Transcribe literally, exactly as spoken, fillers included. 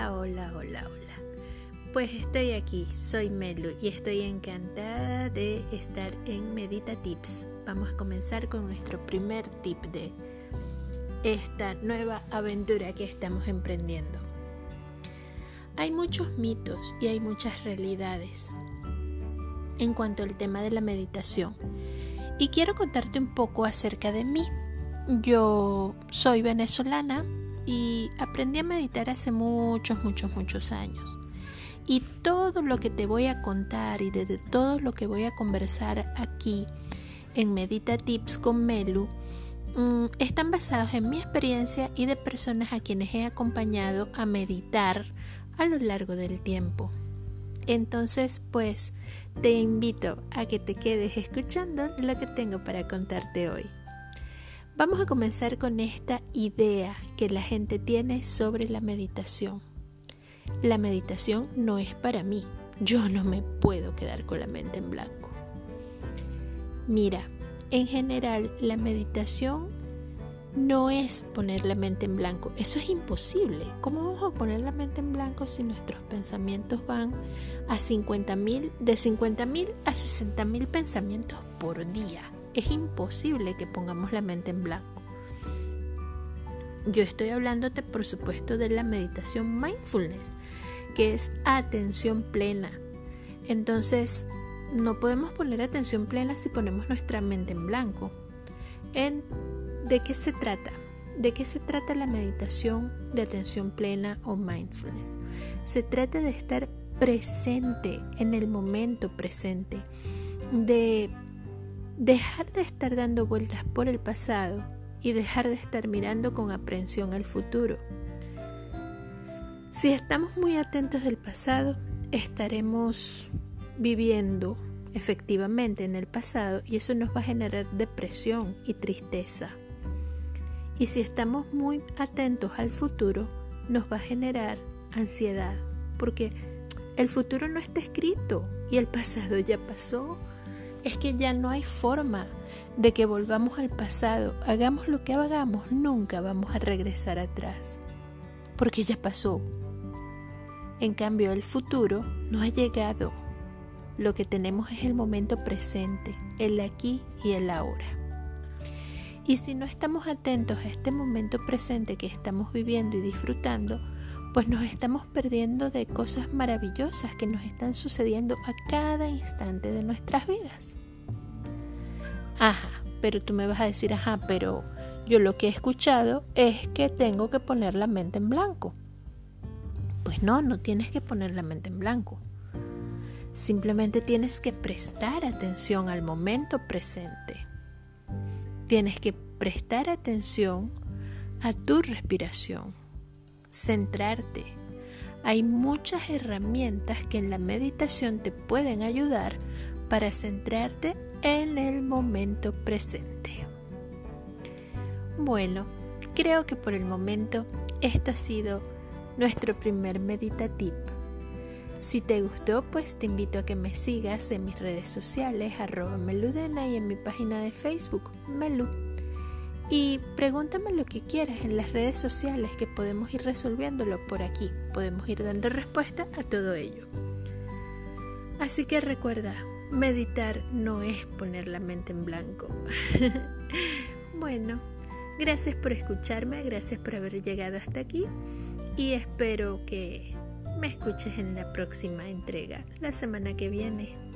Hola, hola, hola, hola. Pues estoy aquí, soy Melu y estoy encantada de estar en Medita Tips. Vamos a comenzar con nuestro primer tip de esta nueva aventura que estamos emprendiendo. Hay muchos mitos y hay muchas realidades en cuanto al tema de la meditación. Y quiero contarte un poco acerca de mí. Yo soy venezolana y aprendí a meditar hace muchos, muchos, muchos años. Y todo lo que te voy a contar y de todo lo que voy a conversar aquí en Medita Tips con Melu mmm, están basados en mi experiencia y de personas a quienes he acompañado a meditar a lo largo del tiempo. Entonces, pues, te invito a que te quedes escuchando lo que tengo para contarte hoy. Vamos a comenzar con esta idea que la gente tiene sobre la meditación. La meditación no es para mí. Yo no me puedo quedar con la mente en blanco. Mira, en general, la meditación no es poner la mente en blanco. Eso es imposible. ¿Cómo vamos a poner la mente en blanco si nuestros pensamientos van a cincuenta mil, de cincuenta mil a sesenta mil pensamientos por día? Es imposible que pongamos la mente en blanco. Yo estoy hablándote, por supuesto, de la meditación mindfulness, que es atención plena. Entonces, no podemos poner atención plena si ponemos nuestra mente en blanco. En, ¿De qué se trata? ¿De qué se trata la meditación de atención plena o mindfulness? Se trata de estar presente en el momento presente, de dejar de estar dando vueltas por el pasado y dejar de estar mirando con aprensión al futuro. Si estamos muy atentos del pasado, estaremos viviendo efectivamente en el pasado y eso nos va a generar depresión y tristeza. Y si estamos muy atentos al futuro, nos va a generar ansiedad, porque el futuro no está escrito y el pasado ya pasó. Es que ya no hay forma de que volvamos al pasado. Hagamos lo que hagamos, nunca vamos a regresar atrás, porque ya pasó. En cambio, el futuro no ha llegado. Lo que tenemos es el momento presente, el aquí y el ahora. Y si no estamos atentos a este momento presente que estamos viviendo y disfrutando, pues nos estamos perdiendo de cosas maravillosas que nos están sucediendo a cada instante de nuestras vidas. Ajá, pero tú me vas a decir, ajá, pero yo lo que he escuchado es que tengo que poner la mente en blanco. Pues no, no tienes que poner la mente en blanco. Simplemente tienes que prestar atención al momento presente. Tienes que prestar atención a tu respiración. Centrarte. Hay muchas herramientas que en la meditación te pueden ayudar para centrarte en el momento presente. Bueno, creo que por el momento esto ha sido nuestro primer Medita Tip. Si te gustó, pues te invito a que me sigas en mis redes sociales arroba meludena y en mi página de Facebook Melu. Y pregúntame lo que quieras en las redes sociales, que podemos ir resolviéndolo por aquí. Podemos ir dando respuesta a todo ello. Así que recuerda, meditar no es poner la mente en blanco. Bueno, gracias por escucharme, gracias por haber llegado hasta aquí y espero que me escuches en la próxima entrega, la semana que viene.